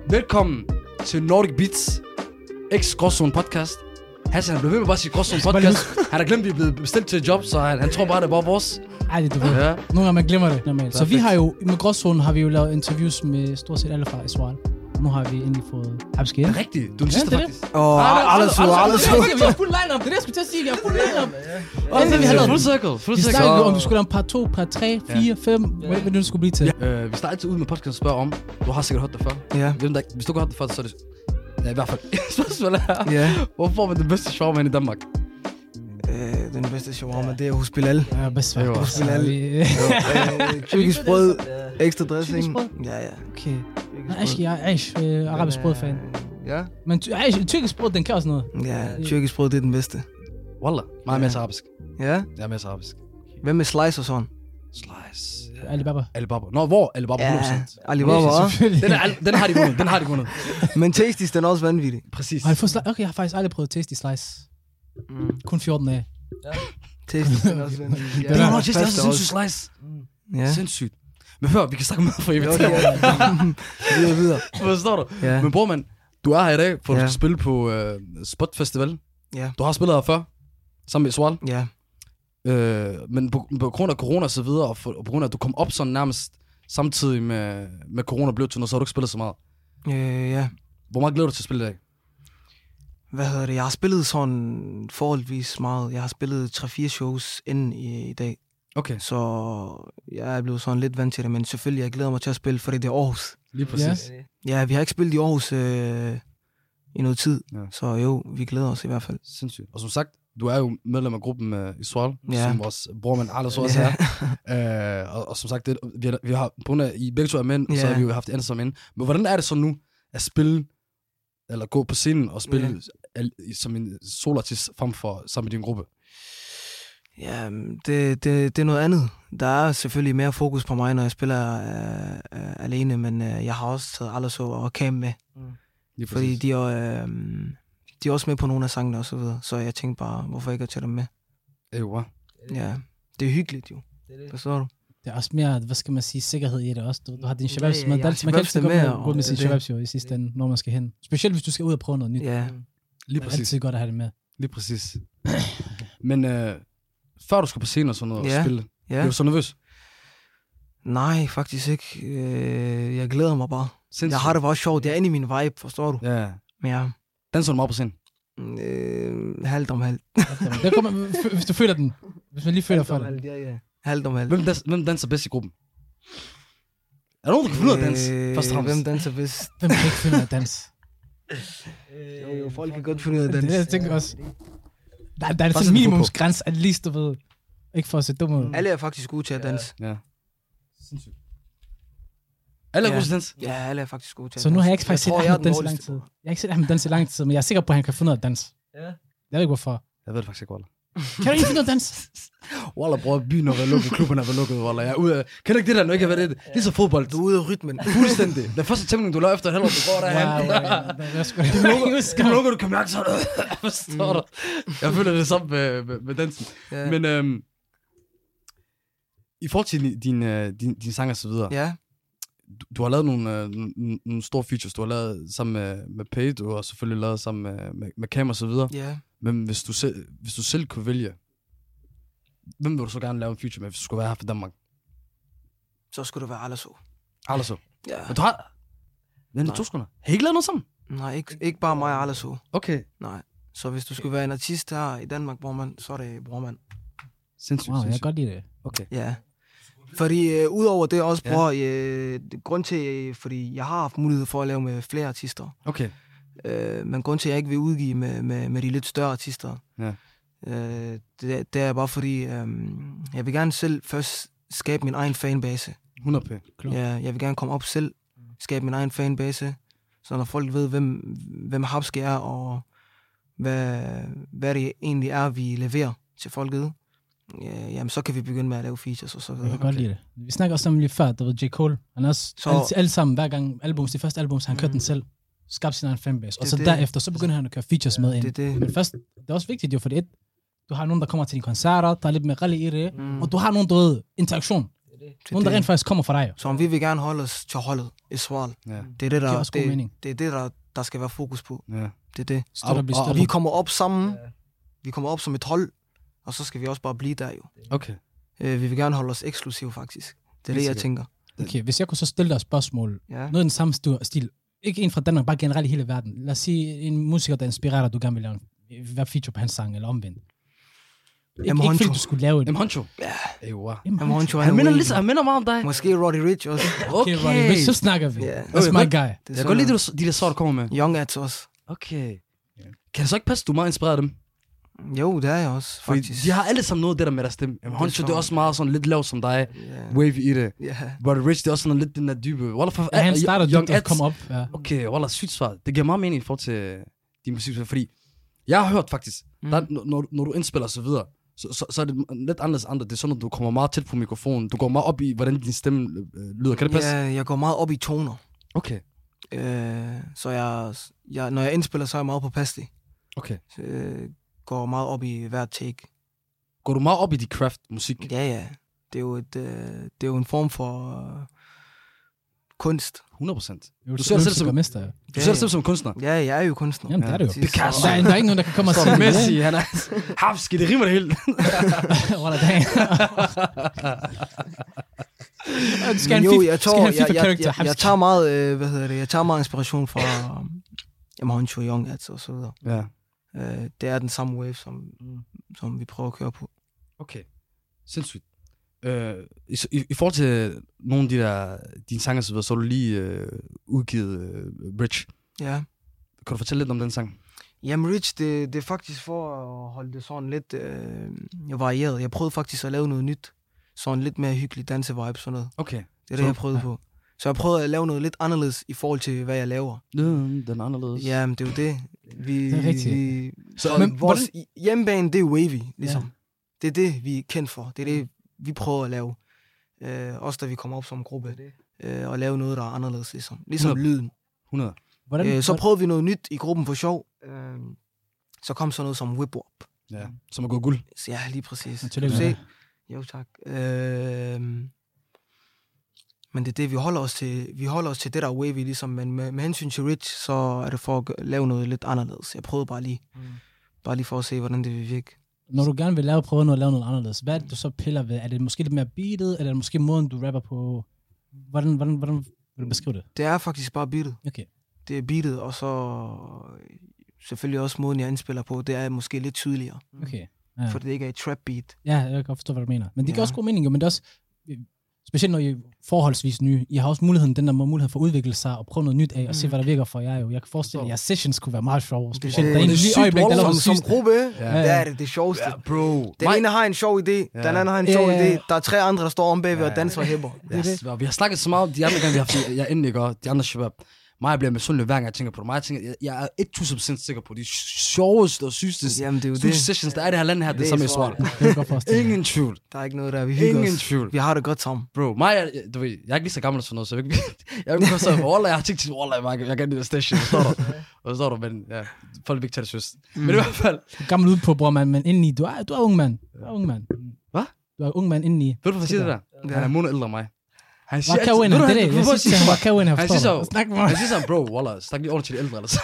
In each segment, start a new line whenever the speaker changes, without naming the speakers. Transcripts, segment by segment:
Velkommen til Nordic Beats X-Gråzone podcast. Hassan, han blev ved med bare at sige Gråzone podcast. Han har glemt, at vi er blevet bestilt til et job, så han tror bare, det er bare vores.
Ej, det du ved. Ja. Nogle gange man glemmer det normalt. Så vi har jo, med Gråzone har vi jo lavet interviews med stort set alle fra Israel. Nu har vi endelig fået Habski.
Det er rigtigt. Du er den sidste, faktisk.
Alles. Vi har fuld line-up. Det er det, jeg skulle til at sige. Vi har fuld line-up.
Full circle.
Vi snakkede om, du skulle lave part 2, part 3, 4, 5. Hvad det skulle blive til?
Vi starter altid ud med podcast og spørger om. Du har sikkert hørt det før.
Ja.
Hvis du ikke har hørt det før, så er det... Ja, i hvert fald. Spørgsmålet her. Ja. Hvor får man den bedste shawarma i Danmark?
Den bedste shawarma, det er hos Bilal.
Ja, bedst svar.
Hos Bilal. Tyrkisk brød, ekstra dressing. Ja.
Okay. Jeg er arabisk brød-fan.
Ja.
Men tyrkisk brød, den kan også noget.
Ja, tyrkisk brød, det er den bedste.
Wallah, meget mere arabisk.
Ja?
Jeg er mere arabisk.
Hvad med slice og sådan?
Slice.
Alibaba.
Nå, hvor? Alibaba 100%.
Ja, Alibaba.
Den har de vundet.
Men Tasties, den er også vanvittig.
Præcis.
Okay, jeg har faktisk aldrig prøvet Tasty Slice. Kun 14 af.
Ja. Tasties, den er også vanvittig.
Det er også sindssygt slice.
Ja.
Sindssygt. Men hør, vi kan snakke med for evigt.
Videre.
Forstår du?
Ja.
Men bror, du er her i dag, for du skal spille på Spot Festival.
Ja.
Du har spillet her før, sammen med Israel.
Ja.
Men på grund af corona og så videre, og på grund af, at du kom op sådan nærmest samtidig med corona blev til noget, så har du ikke spillet så meget.
Ja.
Hvor meget glæder du til at spille i dag?
Jeg har spillet sådan forholdsvis meget. Jeg har spillet 3-4 shows inden i dag.
Okay.
Så jeg er blevet sådan lidt vant til det, men selvfølgelig, jeg glæder mig til at spille, fordi det er Aarhus.
Lige præcis.
Ja, vi har ikke spillet i Aarhus i noget tid, så jo, vi glæder os i hvert fald.
Sindssygt. Og som sagt, du er jo medlem af gruppen Israel, som vores brormand Alles også er. Og som sagt, vi har på grund af, I begge to er mænd, så har vi jo haft det andet som mænd. Men hvordan er det så nu at spille, eller gå på scenen og spille som en solartist frem for sammen med din gruppe?
Ja, det er noget andet. Der er selvfølgelig mere fokus på mig, når jeg spiller alene, men jeg har også taget Alles og Cam med. Fordi de er også med på nogle af sangene og så videre. Så jeg tænkte bare, hvorfor ikke at tage dem med? Ja, det er hyggeligt jo. Forstår du?
Det er også mere, hvad skal man sige, sikkerhed i det også. Du har din shababs. Man kan altid gå med sin shababs jo i sidste ende, når man skal hen. Specielt hvis du skal ud og prøve noget nyt.
Ja.
Lige præcis.
Det er altid godt at have det med.
Lige præcis. Men før du skulle på scenen og sådan noget og spille, er du så nervøs?
Nej, faktisk ikke. Jeg glæder mig bare. Sindssygt. Jeg har det bare sjovt. Jeg er inde i min vibe, forstår du?
Ja.
Men ja.
Danser du meget på scenen?
Halvt om halvt.
Det kommer, hvis du føler den. Hvis man lige føler for det.
Ja. Halvt om halvt.
Hvem danser bedst i gruppen? Er der nogen, der kan finde ud af dans? Først og fremmest.
Hvem danser bedst?
Hvem kan ikke finde ud af dans?
Jo, folk kan godt finde ud af dans.
Det jeg tænker også. Der er sådan en minimumsgræns, at least du ved. Ikke for at se dum ud.
Alle er faktisk gode til at danse.
Ja. Sindssygt. Alle er gode til dans?
Ja, alle er faktisk gode til at
danse. Så nu har jeg ikke faktisk set Ahmed danse i lang tid. Jeg har ikke set Ahmed danse i lang tid, men jeg er sikker på, at han kan finde ud af at danse. Ja. Jeg ved ikke hvorfor.
Jeg ved det faktisk ikke, Wallah.
Kan du ikke finde ud af at danse?
Wallah, bror, byen har været lukket, klubben har været lukket, Wallah. Jeg er ude af... Kan du ikke det der, når ikke har været det? Lige så fodbold.
Du er ude af rytmen.
Fuldstændig. Den første tæmning, du laver efter helvede, du går derhen. Du lukker, du kan mærke sådan noget. Forstår du? Jeg føler det samme med dansen. Men i forhold til din sang og så videre.
Ja.
Du har lavet nogle store features. Du har lavet sammen med Pay, du har selvfølgelig lavet sammen med Cam og så videre.
Ja.
Men hvis du selv kunne vælge, hvem vil du så gerne lave en feature med, hvis du skulle være her for Danmark?
Så skulle det være Alaso.
Alaso?
Ja.
Men du har... Men 2 sekunder. Har I ikke lavet noget sammen?
Nej, ikke bare mig og Alaso.
Okay.
Nej. Så hvis du skulle være en artist her i Danmark, brormand, så er det brormand.
Sindssygt.
Wow, jeg kan godt lide det.
Okay.
Ja. Fordi udover det også, bror, grund til, fordi jeg har haft mulighed for at lave med flere artister.
Okay.
Men grund til, at jeg ikke vil udgive med de lidt større artister, det er bare fordi, jeg vil gerne selv først skabe min egen fanbase.
100%.
Ja, jeg vil gerne komme op selv, skabe min egen fanbase, så når folk ved, hvem Habski er, og hvad det egentlig er, vi leverer til folket, jamen så kan vi begynde med at lave features og så videre.
Jeg kan godt lide det. Vi snakker også sammen lige før, der var J. Cole. Han er også alle sammen, hver gang de første album, så han kørte den selv. Skabte sin egen fanbase. Og så derefter, så begynder han at køre features med ind. Men først, det er også vigtigt jo, fordi du har nogen, der kommer til dine koncerter, der er lidt mere rally i det, og du har nogen, der ved interaktion. Nogen, der rent faktisk kommer fra dig.
Så om vi vil gerne holde os til holdet i Sval.
Ja.
Det er det, der skal være fokus på.
Ja.
Det er det.
Og
vi kommer op sammen. Vi kommer op som et hold, og så skal vi også bare blive der jo.
Okay.
Vi vil gerne holde os eksklusive, faktisk. Det er det, jeg tænker.
Okay, hvis jeg kunne så stille dig et spørgsmål. Noget af den samme stil. Ikke en fra Danmark, bare generelt i hele verden. Lad os sige, en musiker, der inspirerer dig, du gerne vil lave være feature på hans sang, eller omvendt. Ikke fordi du skulle lave det.
Honcho?
Ja.
Honcho. Han minder meget om dig.
Måske Roddy Ricch også.
Okay, Roddy Ricch, så snakker vi. That's my guy.
Jeg kan godt lide de der sår, der kommer med.
Young Ads også.
Okay. Kan det så ikke passe, du er meget inspireret af dem?
Jo, det er jeg også, faktisk.
De har alle sammen noget af det der med deres stemme. Honcho, det er også meget sådan lidt lav som dig. Wavy i det. Roddy Ricch, det er også sådan lidt den der dybe.
Han starter dybt at komme op.
Okay, wallah, sygt svar. Det giver meget mening i forhold til din musik, fordi jeg har hørt faktisk, når du indspiller så videre, så er det lidt anderledes andre. Det er sådan, at du kommer meget tæt på mikrofonen. Du går meget op i, hvordan din stemme lyder. Kan det passe?
Ja, jeg går meget op i toner.
Okay.
Så når jeg indspiller, så er jeg meget påpasselig.
Okay.
Så går meget op i hver take.
Går du meget op i de craft-musik?
Ja. Det er jo en form for kunst.
100%.
Du ser dig
selv som kunstner?
Ja, jeg er jo kunstner.
Jamen, det er det jo.
Picasso.
Der er ikke nogen, der kan komme og sige
Messi, han er hafski, det rimer det hele.
Jeg tager meget, jeg tager meget inspiration fra Honcho, Young Ads og så videre.
Ja.
Det er den samme wave, som vi prøver at køre på.
Okay, sindssygt. I forhold til nogle af de der dine sange så har du lige udgivet Rich.
Ja.
Kan du fortælle lidt om den sang?
Jamen Rich, det er faktisk for at holde det sådan lidt varieret. Jeg prøvede faktisk at lave noget nyt. Sådan lidt mere hyggelig danse-vibe, sådan noget.
Okay.
Det er det, jeg prøvede på. Så jeg prøvede at lave noget lidt anderledes i forhold til, hvad jeg laver.
Den anderledes.
Jamen, det er jo det.
Det er rigtigt.
Vores hjemmebane, det er wavy, ligesom. Ja. Det er det, vi er kendt for. Det er det, vi prøver at lave. Også da vi kommer op som gruppe. Og lave noget, der er anderledes, ligesom. Ligesom 100. Lyden.
100.
Så prøvede vi noget nyt i gruppen for sjov. Så kom så noget som Whip Wop.
Ja, som er gået guld.
Ja, lige præcis.
Se.
Jo, tak. Men det er det, vi holder os til det der wavy, ligesom. Men med hensyn til Rich, så er det for at lave noget lidt anderledes. Jeg prøvede bare lige for at se, hvordan det vil virke.
Når du gerne vil prøve at lave noget anderledes, hvad er det, du så piller ved? Er det måske lidt mere beatet, eller er det måske måden, du rapper på? Hvordan vil du beskrive det?
Det er faktisk bare beatet.
Okay.
Det er beatet, og så selvfølgelig også måden, jeg indspiller på, det er måske lidt tydeligere.
Okay.
Ja. For det ikke er et trap beat.
Ja, jeg kan godt forstå, hvad du mener. Men det giver også god mening, jo, men det er også, specielt når I er forholdsvis nye, I har også muligheden for at udvikle sig og prøve noget nyt af, og se, hvad der virker for jer jo. Jeg kan forestille at jeres sessions kunne være meget sjove. Specielt der er en øjeblik, der laver
som gruppe, det er det sjoveste.
Ja, bro.
Den ene har en sjov idé, den anden har en sjov idé. Der er 3 andre, der står om bagved og danser og hæpper.
Vi har snakket så meget om de andre gange, vi har haft, jeg endelig gør, de andre shabab. Jeg bliver misundelig hver gang, jeg tænker på det. Jeg er 1000% sikker på de sjoveste og sygeste sessions, der er det her land her, det er samme i Sval. Ingen tvivl.
Der er ikke noget der, vi hygger os.
Ingen tvivl.
Vi har det godt sammen.
Bro, jeg er ikke lige så gammel som noget, så jeg vil ikke sige, Wallah, jeg har tænkt til, Wallah, jeg kan det der station, forstår du, men ja, folk vil ikke tage det søst. Men i hvert fald.
Du er gammel ude på, bror, men indeni, du er ung mand.
Hvad?
Du er ung mand indeni.
Ved du, hvad jeg siger det der? Han er måneder ældre end mig.
Han siger
så, bro, wallah, snak lige ordentligt til de ældre, eller så.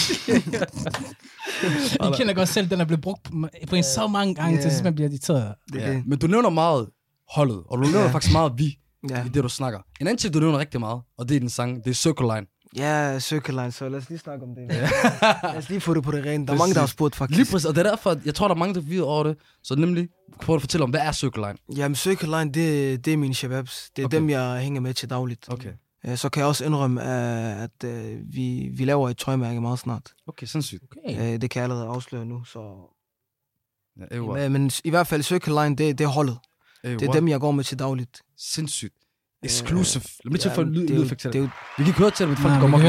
I kender godt selv, den er blevet brugt på en så mange gange, til man bliver irriteret.
Men du nævner meget holdet, og du nævner faktisk meget vi, i det du snakker. En anden ting, du nævner rigtig meget, og det er din sang, det er Circle Line.
Ja, Circle Line, så lad os lige snakke om det. Lad os lige få det på det rene. Der er mange, der har spurgt faktisk.
Lige præcis, og det er derfor, jeg tror, der er mange, der ved over det. Så nemlig, prøv at fortælle om, hvad er Circle Line?
Jamen, Circle Line, det er mine shababs. Det er dem, jeg hænger med til dagligt.
Okay. Så
kan jeg også indrømme, at vi laver et tøjmærke meget snart.
Okay, sindssygt.
Okay. Det kan jeg allerede afsløre nu, så... Ja, men i hvert fald Circle Line, det er holdet. Det er dem, jeg går med til dagligt.
Sindssygt. Exclusive. Lad mig til at få en lydeffekt til det. Vi kan ikke høre til det, men folk går meget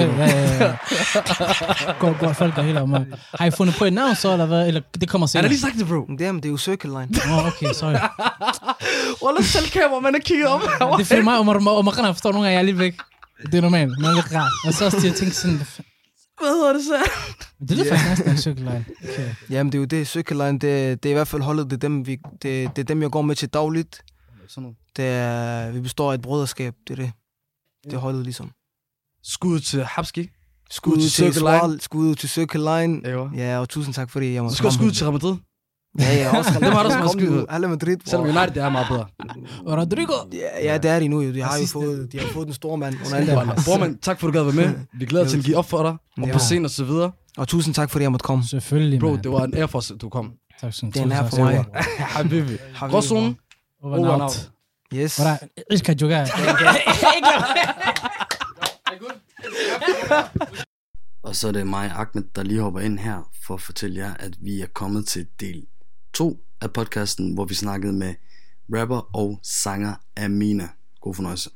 Går folk går helt om mig. Har I fundet på et navn så, eller hvad? Eller det kommer senere?
Han har lige sagt det, bro.
Det er jo Circle Line.
Okay, sorry.
Wallah, selv kamera, man er kigget om.
Det føler mig, og man kan forstå nogle gange, jeg er lidt væk. Det er normalt, man er lidt rart. Og så også til at tænke sådan...
Hvad hedder det så?
Det er faktisk næsten en Circle Line. Okay.
Jamen, det er jo det. Circle Line, det er i hvert fald holdet. Det er dem, jeg går med til dagligt.
sådan
noget? Vi består af et broderskab, det er det. Det er holdet ligesom.
Skud til Habski.
Skud til Circle Skud til Circle Line. Ja, og tusind tak, fordi jeg måtte komme.
Du skal skud til Real Madrid.
Ja, også.
Det var der som har skyde.
Real Madrid.
Selvom United, det er meget bedre.
Rodrigo.
Ja, det er de nu jo. De har fået den store mand.
Brormand, tak for, du gad være med. Vi glæder til at give op for dig. Og på scenen og så videre.
Og tusind tak, fordi jeg måtte komme.
Selvfølgelig,
bro, det var en ære for os, at du kom.
Tak,
det er en ære for mig.
Habibi. Gråzonen.
Over and out.
Yes.
Iska jogar.
Og så er det mig, Ahmed, der lige hopper ind her for at fortælle jer, at vi er kommet til del 2 af podcasten, hvor vi snakkede med rapper og sanger Amina. God fornøjelse.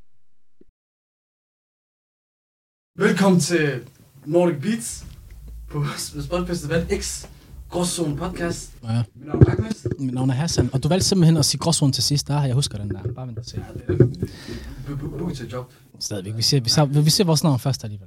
Velkommen til Nordic Beats på Spot Festival X Gråzone podcast.
Ja.
Mit navn er Ahmed.
Mit navn er Hassan. Og du valgte simpelthen at sige Gråzone til sidst. Jeg husker den der. Bare vent og se.
Ja, det er det. Book til job.
Stadigvæk. Vi ser vores navn først alligevel.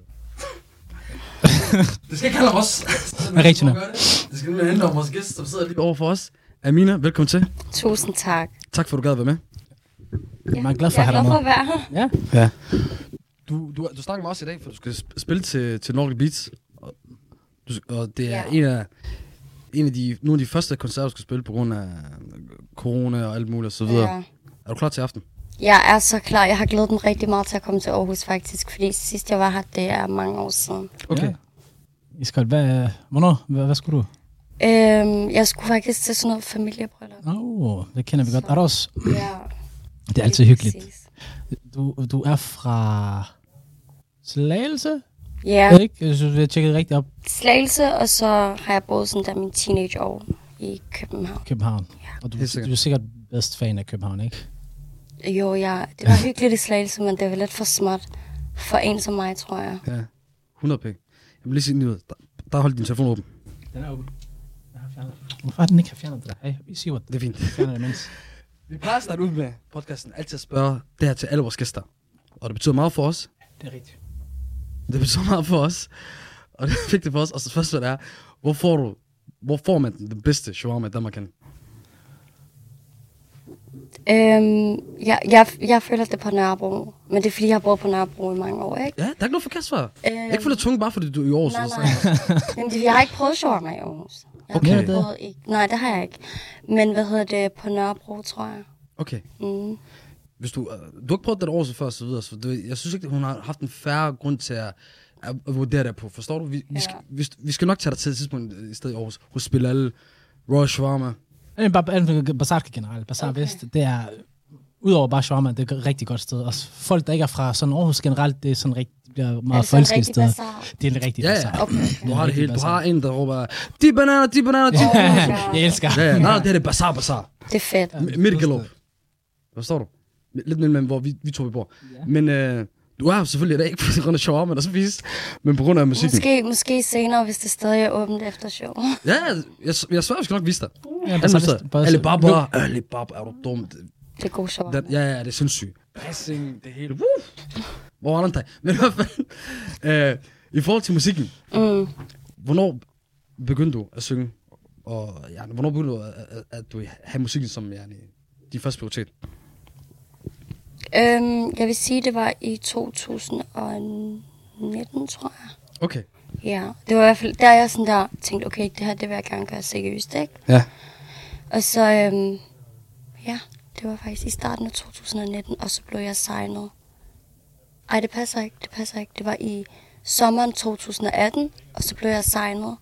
Det skal ikke handle om os. Det skal nu handle om vores gæst, som sidder lige over for os. Amina, velkommen til.
Tusind tak.
Tak for, at du gad at være med.
Ja, jeg er glad for at have dig med.
Jeg er glad for at være
her.
Ja. Du snakker med os i dag, for du skal spille til Nordic Beats. Og det er nogle af de første koncerter, du skal spille på grund af corona og alt muligt og så videre. Ja. Er du klar til aften?
Jeg er så klar. Jeg har glædet mig rigtig meget til at komme til Aarhus faktisk, fordi sidst jeg var her, det er mange år siden.
Okay. Iskald, hvornår? Hvad skulle du?
Jeg skulle faktisk til sådan noget familiebryllup.
Det kender vi godt. Er det også?
Ja.
Det er altid hyggeligt. Du er fra Slagelse?
Ja.
Jeg synes, vi har tjekket rigtigt op.
Slagelse, og så har jeg boet sådan der min teenageår i København.
Ja. Og du er sikkert bedst fan af København, ikke?
Jo, det var hyggeligt i Slagelse, men det var lidt for småt for en som mig, tror jeg.
Ja, 100 penge. Jeg vil lige sige noget. Der holdt din telefon åben.
Den er åben. Jeg har fjernet. Hvorfor har den ikke fjernet det der? Hey, vi siger
det er fint.
Fjerner det mindst.
Vi plejer at starte ud med podcasten altid at spørge det her til alle vores gæster. Og det betyder meget for os.
Det er rigtigt.
Det betyder meget for os. Og det er vigtigt for os. Og så først så er, hvor får man den bedste shawarma, der man kan?
Jeg føler det på Nørrebro, men det er fordi, jeg har boet på Nørrebro i mange år, ikke?
Ja, der er ikke noget forkert svar. Ikke føler tunge, bare fordi du er i Aarhus.
Nej. Jeg har ikke prøvet shawarma i Aarhus.
Okay.
Nej, det har jeg ikke. Men på Nørrebro, tror jeg.
Okay. Hvis du har ikke prøvet det Aarhus før, så videre, så jeg synes ikke, at hun har haft en færre grund til at vurdere det på. Forstår du? Vi skal nok tage dig til et tidspunkt i stedet i Aarhus. Hun spiller alle raw shawarma.
Bazaar generelt. Bazaar Vest, det er udover bare shawarma, det er et rigtig godt sted. Og folk, der ikke er fra sådan Aarhus generelt, det er sådan rigtig, bliver meget forelsket sted. Det er en rigtig bazaar.
Okay. Du har det hele. Du har en, der råber, de bananer.
Jeg elsker.
Ja. Nej, det er det bazaar.
Det er fedt.
Midt i galop. Forstår du? Lidt mellem, hvor vi to bor. Men du er selvfølgelig ikke på grund af shawarma, der spise, men på grund af musikken.
Måske senere, hvis det stadig er åbent efter show.
Ja, jeg svær, vi skal nok vise dig.
Alibaba,
er du dum?
Det er god shawarma.
Ja, det er sindssygt. Dressing, det hele. Hvor er den? Men i hvert fald, i forhold til musikken, hvornår begyndte du at synge? Og hvornår begyndte du at du have musikken som din første prioritet?
Jeg vil sige, det var i 2019, tror jeg.
Okay.
Ja, det var i hvert fald, der jeg sådan der tænkte, okay, det her, det vil jeg gerne gøre seriøst, ikke?
Ja.
Og så, det var faktisk i starten af 2019, og så blev jeg signet. Ej, det passer ikke. Det var i sommeren 2018, og så blev jeg signet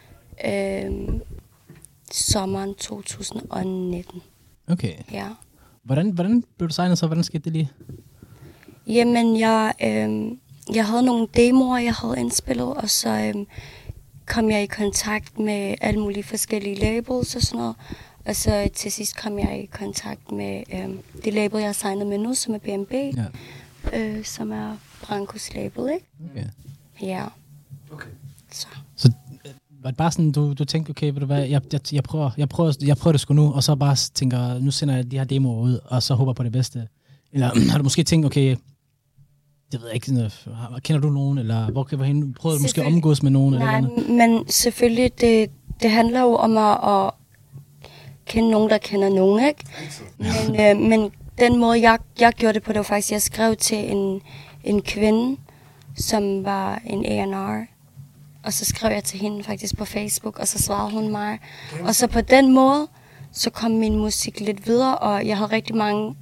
sommeren 2019.
Okay.
Ja.
Hvordan blev du signet så? Hvordan skete det lige?
Jamen, jeg havde nogle demoer, jeg havde indspillet, og så kom jeg i kontakt med alle mulige forskellige labels og sådan noget. Og så til sidst kom jeg i kontakt med det label, jeg har signet med nu, som er BMB, som er Brancos label, ikke?
Okay.
Ja.
Okay.
Så
var det bare sådan, du tænkte, okay, ved du hvad, jeg prøver det sgu nu, og så bare tænker, nu sender jeg de her demoer ud, og så håber på det bedste? Eller har du måske tænkt, okay, det ved jeg ikke, kender du nogen, eller hvorhen prøvede du måske at omgås med nogen?
Nej,
eller
men selvfølgelig, det handler jo om at kende nogen, der kender nogen, ikke? Men den måde, jeg gjorde det på, det var faktisk, jeg skrev til en kvinde, som var en A&R. Og så skrev jeg til hende faktisk på Facebook, og så svarede hun mig. Og så på den måde, så kom min musik lidt videre, og jeg havde rigtig mange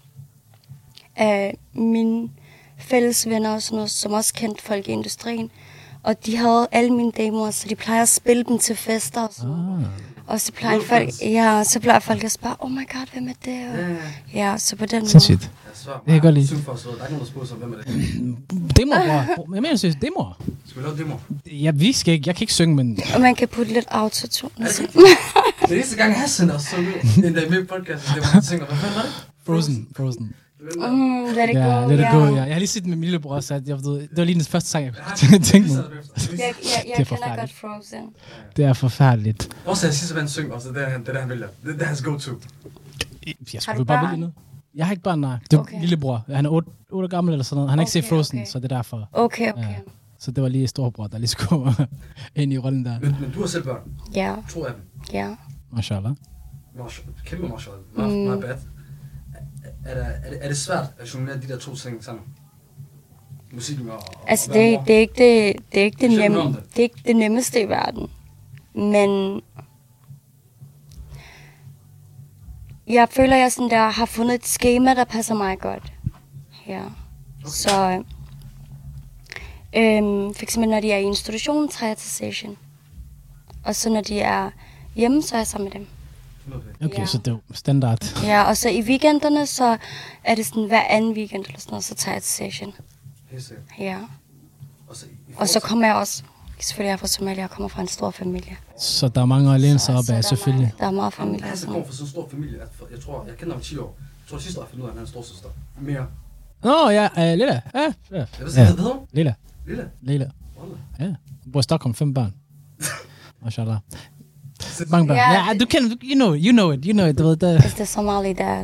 af mine fælles venner og sådan noget, som også kendte folk i industrien. Og de havde alle mine demoer, så de plejer at spille dem til fester og sådan noget. Og så plejer folk at spørge, oh my god, hvem er det? Ja, så på den måde.
Sindssygt. Det kan jeg godt lide.
Der er ikke nogen, der spørger sig, hvem er det?
Demoer, bror. Jeg mener, synes demoer.
Skal vi lave demoer?
Ja, vi skal ikke. Jeg kan ikke synge, men...
Og man kan putte lidt autotune.
Det er eneste gang, Hassan også så ud. En dag med podcasten, det var han synger. Hvad fanden var det?
Frozen.
Let it go.
Let it go, ja. Jeg har lige set med min lillebror også, at det var lige den første sang, jeg tænkte mig.
Jeg kender godt Frozen.
Det er forfærdeligt.
Også jeg siger, hvad han synger, også det er der, han vælger. Det er hans go-to.
Jeg skulle bare vælge noget. Jeg har ikke barn, nej. Det er lillebror. Han er 8 år gammel eller sådan noget. Han har ikke set Frozen, så det er derfor.
Okay.
Ja. Så det var lige storebror, der lige skulle ind i rollen der.
Men du har selv børn?
Ja.
2 af dem?
Ja.
Mashallah.
Kæmpe mashallah. My bad. Er det svært at jonglere de der 2 ting sammen? Musikken og
altså, det er ikke det nemmeste i verden. Men jeg føler, jeg sådan der har fundet et schema, der passer mig godt. Ja. Okay. Så for eksempel, når de er i institutionen, tager jeg til session. Og så når de er hjemme, så er jeg sammen med dem.
Okay, så det er standard.
Ja, og så i weekenderne, så er det sådan hver anden weekend eller sådan noget, så tager jeg til session. Ja. Og så kommer jeg også, selvfølgelig er jeg fra Somalia, jeg kommer fra en stor familie.
Så der er mange at læne sig op af, selvfølgelig.
Der er meget familie.
Han kommer fra sådan en stor familie, jeg kender ham 10 år. Jeg tror sidste år, jeg fandt ud af, at han er en storsøster. Mere.
Nå, ja, Lilla. Ja.
Hvad hedder hun?
Lilla. Ja, hun bor i Stockholm, 5 børn. Mashallah. Mange børn. Ja, du kender, you know it, du ved det.
It's the Somali dad.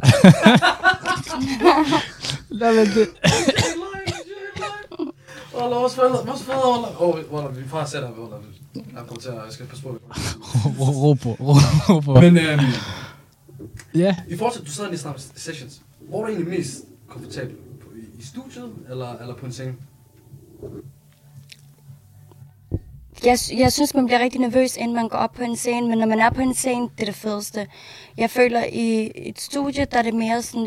Wallah, vores forældre, vi får sætte ham, jeg kommer til at, jeg skal passe på det.
Råber.
Men,
ja.
I forhold til, du sidder i Islam Sessions, hvor er du egentlig mest komfortabel? I studiet, eller på en scene?
Jeg synes, man bliver rigtig nervøs, inden man går op på en scene, men når man er på en scene, det er det fedeste. Jeg føler, i et studie, der er det mere sådan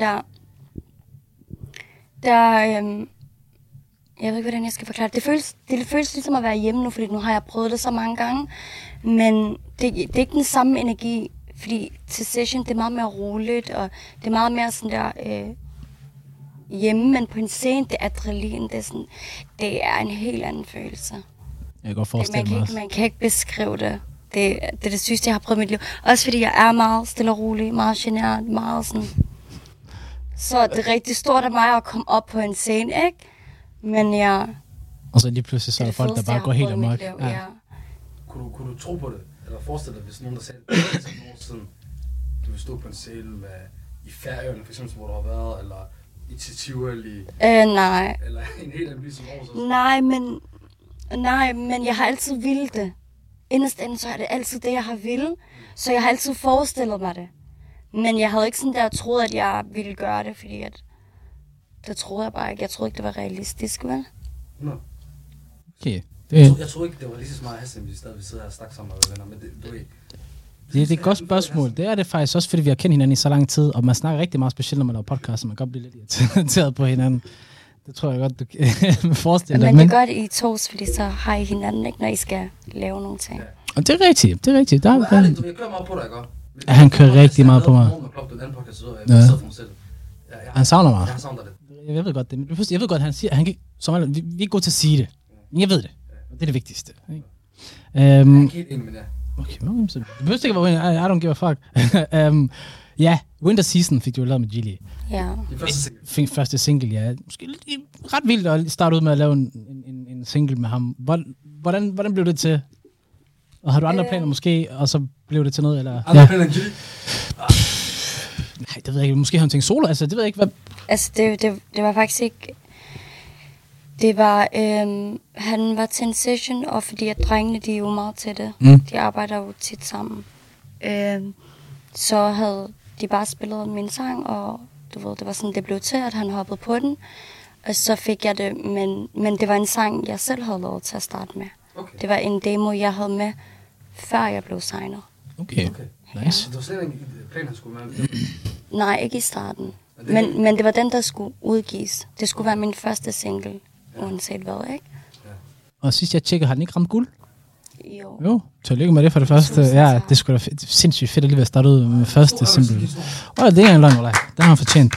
jeg ved ikke, hvordan jeg skal forklare det. Det føles ligesom at være hjemme nu, fordi nu har jeg prøvet det så mange gange, men det er ikke den samme energi, fordi til session, det er meget mere roligt, og det er meget mere sådan hjemme, men på en scene, det er adrenalin, det er en helt anden følelse.
Jeg kan godt forestille mig også.
Man kan ikke beskrive det. Det er det sygeste, jeg har prøvet i mit liv. Også fordi jeg er meget stille og rolig, meget genert, meget sådan. Så det er rigtig stort af mig at komme op på en scene, ikke? Men
og så lige pludselig så er der folk, der bare går helt amok.
Ja.
Kunne du tro på det? Eller forestille dig, hvis nogen der sagde, du vil stå på en scene med, i Færøerne, for eksempel, hvor du har været, eller i Tivoli?
Nej.
Eller en helt anden by som Aarhus?
Nej, men jeg har altid ville det. Inderst inde, så er det altid det, jeg har ville. Så jeg har altid forestillet mig det. Men jeg havde ikke sådan der troet, at jeg ville gøre det, fordi det troede jeg bare ikke. Jeg troede ikke, det var realistisk, vel?
Nå.
Okay.
Jeg troede ikke, det var lige så smart Hassan, hvis vi stadig sidder her og snakker sammen med venner, men
det er et godt spørgsmål. Det er det faktisk også, fordi vi har kendt hinanden i så lang tid, og man snakker rigtig meget specielt, når man laver podcast, så man kan godt blive lidt irriteret på hinanden. Det tror jeg godt, du kan forestille dig.
Men det er godt, I tos, fordi så har I hinanden, ikke, når I skal lave nogle ting.
Ja. Og det er rigtigt, Der
jeg kører meget på dig, ikke?
Ja, han kører rigtig meget på mig. Han savner mig.
Han savner det.
Jeg ved godt det. Jeg ved godt, han siger, han kan, vi er gode til at sige det. Men jeg ved det. Det er det vigtigste.
Jeg er ikke helt enig med det.
Okay, så det behøver ikke være, I don't give a fuck. Ja, Winter Season fik du lavet med Gilly.
Ja.
Første single, ja. Måske ret vildt at starte ud med at lave en single med ham. Hvordan blev det til? Og har du andre planer måske, og så blev det til noget, eller?
Andre planer end Gilly?
Nej, det ved jeg ikke. Måske har han tænkt solo, altså det ved jeg ikke, hvad...
Altså, det var faktisk ikke... Det var... han var til en session, og fordi at drengene, de er jo meget til det. De arbejder jo tit sammen. så havde de bare spillet min sang, og du ved, det var sådan, det blev til, at han hoppede på den. Og så fik jeg det, men det var en sang, jeg selv havde lov til at starte med. Okay. Det var en demo, jeg havde med, før jeg blev signet.
Okay. Nice.
Det var slet ikke planen, han skulle med?
Nej, ikke i starten. Men det var den, der skulle udgives. Det skulle være min første single, uanset hvad, ikke?
Ja. Og sidst jeg tjekkede, har den ikke ramt guld?
Jo.
Tillykke med det for det første. Ja, det skulle da sindssygt fedt alligevel at starte ud med første single. Det er ikke engang løgn, Olaj. Den har han fortjent.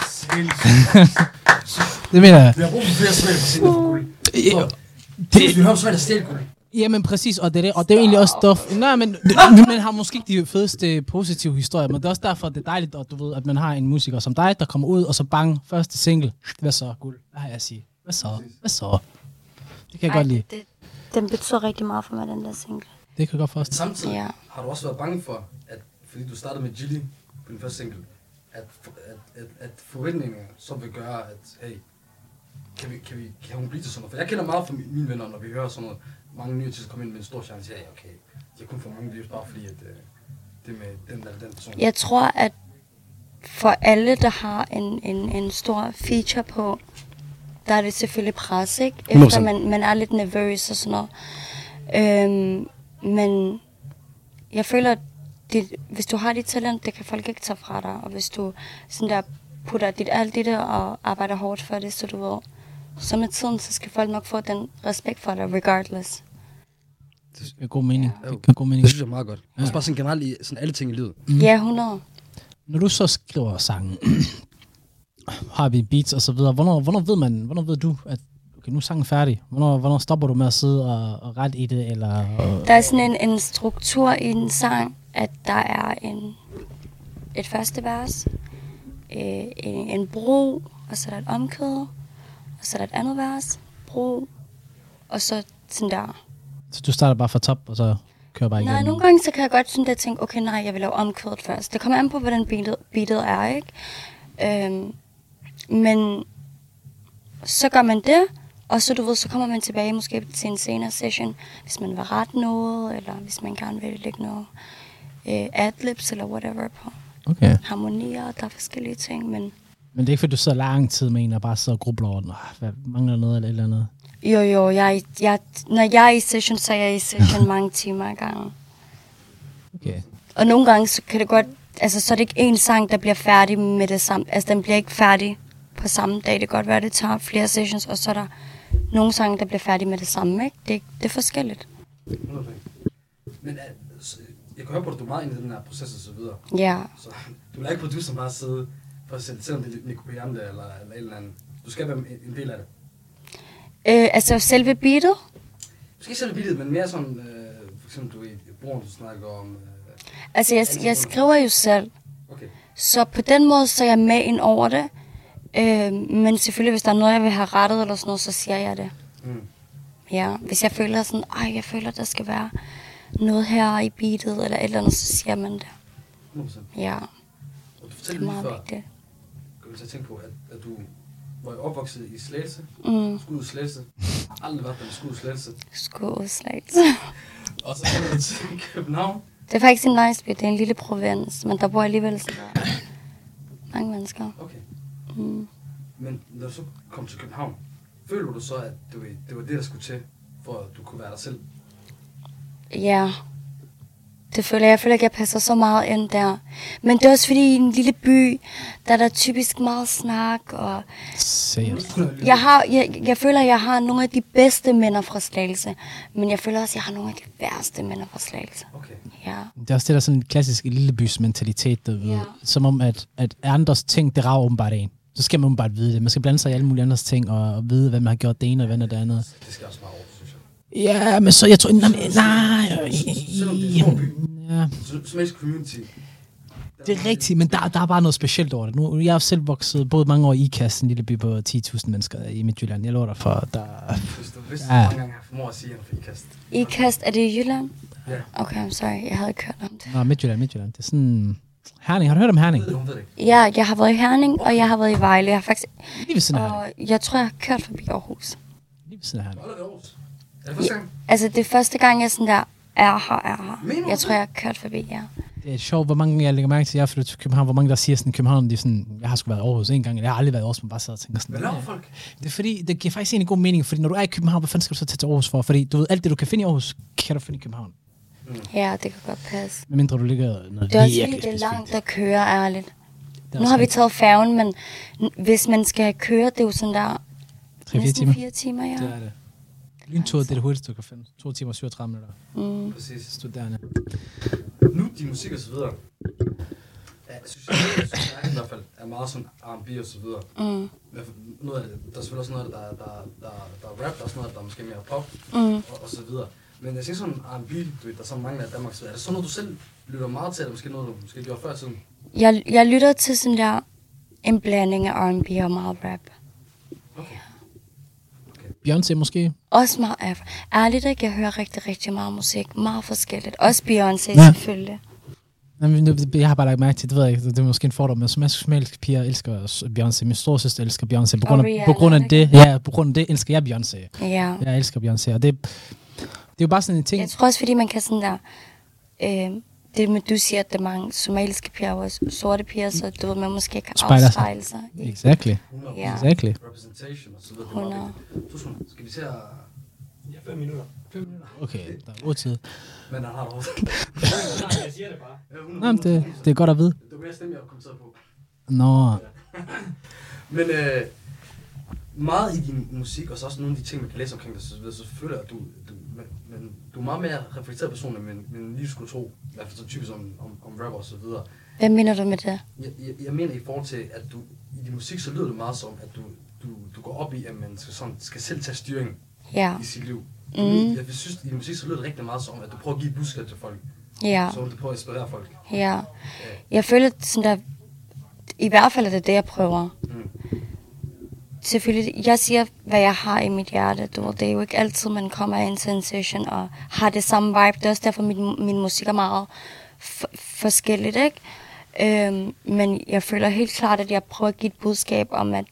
Det mener jeg.
Vi har brug for flere svæl for sin for guld. Vi har svært at stjæle guld.
Jamen præcis, og det er jo egentlig også stof. Nej, men har måske ikke de fedeste positive historier, men det er også derfor, at det er dejligt, at du ved, at man har en musiker som dig, der kommer ud, og så bang, første single. Hvad så, guld? Hvad har jeg at sige? Hvad så? Det kan jeg godt lide.
Den betyder rigtig meget for mig, den der single.
Det kan jeg godt forstå.
Samtidig har du også været bange for, at fordi du startede med Gilly på din første single, at forventninger så vil gøre, at hey, kan hun blive til sådan noget? For jeg kender meget fra mine venner, når vi hører sådan noget. Mange nye artister kommer ind med en stor chance, ja, okay, de har kun for mange views, bare fordi at det med den person.
Jeg tror, at for alle, der har en stor feature på, der er det selvfølgelig pres, ikke? Efter man er lidt nervøs og sådan noget. Men jeg føler, at hvis du har dit talent, det kan folk ikke tage fra dig. Og hvis du sådan der putter dit alt i det og arbejder hårdt for det, så du ved, så med tiden, så skal folk nok få den respekt for dig, regardless.
Det er god mening.
Det synes jeg er meget godt. Ja. Også bare sådan generelt i sådan alle ting i livet.
Ja, 100.
Når du så skriver sangen, har vi beats og så videre, hvornår ved du, at okay, nu er sangen færdig? Hvornår stopper du med at sidde og rette i det? Eller,
Der er sådan en struktur i en sang, at der er et første vers, en bro, og så er der et omkvæd, og så er der et andet vers, bro, og så sådan der.
Så du starter bare fra top, og så kører bare igen?
Nej, nogle gange så kan jeg godt sådan der tænke, okay, nej, jeg vil lave omkvædet først. Det kommer an på, hvordan beatet er, ikke? Men så gør man det, og så du ved, så kommer man tilbage måske til en senere session, hvis man vil rette noget, eller hvis man gerne vil lægge noget adlibs eller whatever på.
Okay.
Harmonier, der er forskellige ting, men
det er ikke, fordi du sidder lang tid med en, og bare sidder og grubler over den, hvad mangler noget eller et eller andet?
Jo, når jeg er i session, så er jeg i session mange timer ad gangen.
Okay.
Og nogle gange, så kan det godt, altså så er det ikke en sang, der bliver færdig med det samme, altså den bliver ikke færdig på samme dag. Det kan godt være, det tager flere sessions, og så er der nogle sange, der bliver færdige med det samme, ikke? Det er forskelligt.
Men jeg kan høre på, at du er meget inde i den her proces og så videre.
Ja.
Så du lader ikke producer bare sidde for at sætte, selvom det er Nico Piante eller et eller andet. Du skal være en del af det.
Altså selve beatet?
Måske ikke selve beatet, men mere sådan, for eksempel du i broren, du snakker om.
Altså jeg skriver jo selv.
Okay.
Så på den måde, så er jeg med ind over det. Men selvfølgelig, hvis der er noget, jeg vil have rettet eller sådan noget, så siger jeg det. Mm. Ja, hvis jeg føler sådan, jeg føler, der skal være noget her i beatet, eller et eller andet, så siger man det.
100%.
Ja.
Og du fortalte lige før, kan du så tænke på, at du var opvokset i Slagelse, skud Slagelse, aldrig været der med skud Slagelse.
Skud Slagelse.
Og så kommer du til København.
Det er faktisk en nice by, det er en lille provins, men der bor alligevel sådan der mange mennesker.
Okay. Mm. Men når du så kom til København, føler du så, at det var det, der skulle til, for at du kunne være dig selv?
Ja, det føler jeg. Jeg føler ikke, jeg passer så meget ind der. Men det er også fordi, i en lille by, der er der typisk meget snak. Og jeg føler, at jeg har nogle af de bedste minder fra Slagelse. Men jeg føler også, at jeg har nogle af de værste minder fra Slagelse.
Okay.
Ja.
Det er også det, der er sådan en klassisk lillebys mentalitet, du ved. Som om, at andres ting, det rager åbenbart en. Så skal man åbenbart vide det. Man skal blande sig i alle mulige andres ting, og vide, hvad man har gjort det ene, og hvad det andet.
Det skal også meget over, synes jeg.
Ja, men så jeg tror... Nej.
Selvom det er en stor by. Ja. Som elsker community.
Det er rigtigt, men der er bare noget specielt over det. Nu, jeg har selv vokset både mange år i Ikast, en lille by på 10.000 mennesker i Midtjylland. Jeg lover dig for, der...
Hvis du vidste, mange gange har formået at sige, at han for Ikast.
Ikast, er det i Jylland?
Ja.
Okay, I'm sorry, jeg havde ikke hørt om det.
Nå, Midtjylland. Det er sådan... Herning, har du hørt om Herning?
Ja, jeg har været i Herning, og jeg har været i Vejle. Jeg har faktisk...
Lige ved siden af
Herning. Og jeg tror, jeg har kørt forbi Aarhus.
Lige ved siden af Herning.
Altså, det er første gang, jeg sådan der er her. Jeg tror, jeg har kørt forbi, ja.
Det er sjovt, hvor mange jeg lægger mærke til, jeg flytter til København, hvor mange der siger sådan, København, de er sådan, jeg har sgu været i Aarhus en gang, eller jeg har aldrig været i Aarhus, men bare sidder og tænker sådan.
Hvad laver folk?
Det er fordi, det giver faktisk en god mening, fordi når du er i København, hvad fanden skal du så tage til Aarhus for? Fordi du ved, alt det du kan finde i Aarhus, kan du finde i København.
Ja, det kan godt passe.
Medmindre du ligger noget
det er også fordi, det er langt at køre, ærligt. Nu har vi taget færgen, men hvis man skal køre, det er jo sådan der
3-4 timer.
4 timer, ja.
Det er det. Lyntur, det er det hurtigste, du kan finde. 2 timer og 37 minutter.
Præcis.
Studerende.
Nu, de musik og så videre. Ja, synes jeg i hvert fald er meget sådan R&B og så videre. Noget af det, der er selvfølgelig også noget af det, der er rap, der er også noget af det, der er måske mere pop og så videre. Men jeg synes sådan R&B, der er så mange af Danmark, så er det sådan noget, du selv lytter meget til, eller måske noget, du måske gjorde før tiden?
Jeg lytter til sådan der en blanding af R&B og meget rap.
Okay.
Beyoncé måske?
Også meget ærligt, ikke? Jeg hører rigtig, rigtig meget musik. Meget forskelligt. Også Beyoncé selvfølgelig.
Jeg har bare lagt mærke til, det ved jeg ikke, det er måske en fordom, men somaliske piger elsker Beyoncé. Min storesøster elsker Beyoncé. På grund af det elsker jeg Beyoncé.
Ja.
Jeg elsker Beyoncé, og det er jo bare sådan en ting.
Jeg tror også, fordi man kan sådan der... det med, du siger, at det er mange somaliske piger og sorte piger, så du ved, man måske kan afspejle sig.
Exactly.
Ja.
Exactly.
Representation og så videre.
100.
Skal vi se at...
Ja, 5 minutter.
Okay, der er tid.
Men der har du også.
Jeg siger det bare.
Nej, men det er godt at vide.
Det var mere stemme, jeg kommenterede på.
Nå.
Men meget i din musik, og så også nogle af de ting, man kan læse omkring dig, så føler jeg, at du er meget mere reflekteret person, men lige skulle tro, i hvert fald så typisk om rapper og så videre.
Hvad mener du med det?
Jeg mener i forhold til, at du i din musik, så lyder det meget som, at du går op i, at man skal selv tage styring i sit liv. Jeg synes, i din musik, så lyder det rigtig meget som, at du prøver at give et budskab til folk.
Ja.
Så du prøver at inspirere folk.
Ja. Jeg føler sådan der, i hvert fald er det jeg prøver. Selvfølgelig, jeg siger, hvad jeg har i mit hjerte. Det er jo ikke altid, man kommer ind til en session og har det samme vibe. Det er også derfor, min musik er meget forskelligt, ikke? Men jeg føler helt klart, at jeg prøver at give et budskab om, at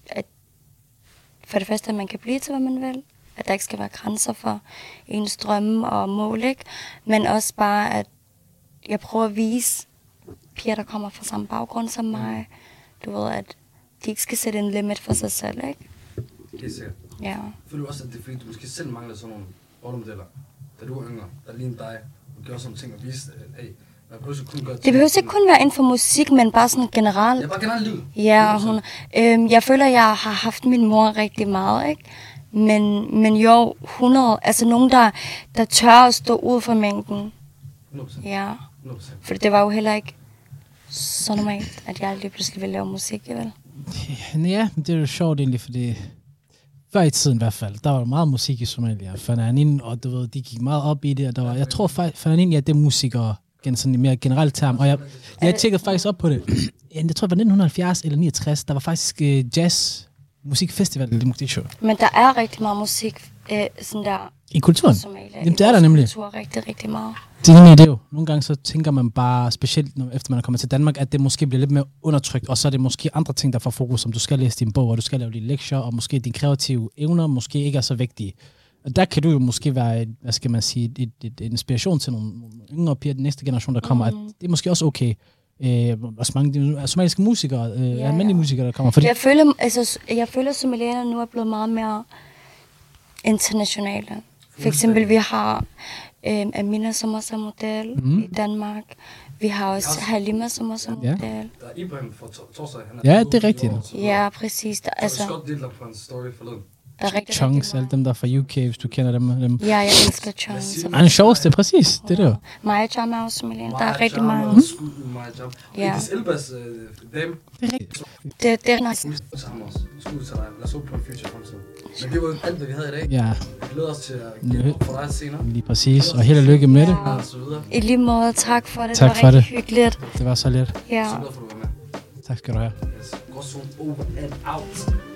for det første, at man kan blive til, hvad man vil. At der ikke skal være grænser for ens drømme og mål, ikke? Men også bare, at jeg prøver at vise piger, der kommer fra samme baggrund som mig. Du ved, at de ikke skal sætte en limit for sig selv, ikke?
Helt sikkert.
Ja.
Føler du også, at det er fordi, du måske selv mangler sådan nogle rollemodeller, da du var yngre, der lignede dig, og gjorde sådan ting og viste, at hey, man behøver kun gøre
det behøver ikke kun være inden for musik, men bare sådan generelt.
Ja, bare generelt liv.
Ja, jeg føler, at jeg har haft min mor rigtig meget, ikke? Men jo, 100, altså nogen, der tør at stå ud for mængden.
100%.
Ja.
100%.
For det var jo heller ikke så normalt, at jeg lige pludselig ville lave musik, vel?
Ja, det er jo sjovt egentlig, fordi før i tiden i hvert fald, der var meget musik i Somalia. Fananin, og du ved, de gik meget op i det, og der var, jeg tror faktisk, Fananin, ja, det er musikere, sådan en mere generelt term, og jeg tjekkede faktisk op på det. Jeg tror, det var 1970 eller 69, der var faktisk jazz musikfestival i Mogadishu.
Men der er rigtig meget musik, sådan der...
I kulturen?
Somalia.
Jamen, det er der nemlig.
Kultur rigtig, rigtig meget.
Det er nemlig det jo. Nogle gange så tænker man bare, specielt efter man er kommet til Danmark, at det måske bliver lidt mere undertrykt, og så er det måske andre ting, der får fokus, som du skal læse din bog, og du skal lave dine lektier, og måske dine kreative evner måske ikke er så vigtige. Og der kan du jo måske være, hvad skal man sige, et inspiration til nogle yngre piger, den næste generation, der kommer, at det er måske også okay. Også mange somaliske musikere, almindelige musikere, der kommer. Fordi
Jeg føler, at somalierne nu er blevet meget mere internationale. For eksempel, vi har Amina, som også er model i Danmark. Vi har også Halima, som også er model.
Der er Ibrahim fra Torsdag.
Ja, det er rigtigt.
Ja, præcis.
Jeg har skåret lidt på en story forleden.
Chunks, alle dem der fra UK, hvis du kender dem.
Ja, jeg elsker Chunks.
Han sjoveste, præcis. Det er det jo.
Maja Jam er også somalian. Der er rigtig mange.
Maja Jam. Ja. Det er Elbas dame.
Det er nice.
Sammen også. Skud til dig. Lad os håbe på en future fremtid. Men det var jo alt, hvad vi havde i dag.
Ja.
Vi glæder os til at give for dig senere.
Lige præcis. Og held og lykke med det.
I lige måde, tak for det.
Tak
det var rigtig hyggeligt.
Det var så let.
Ja.
Så glad for, at du var med.
Tak skal du have.
Yes. Gråzone over and out.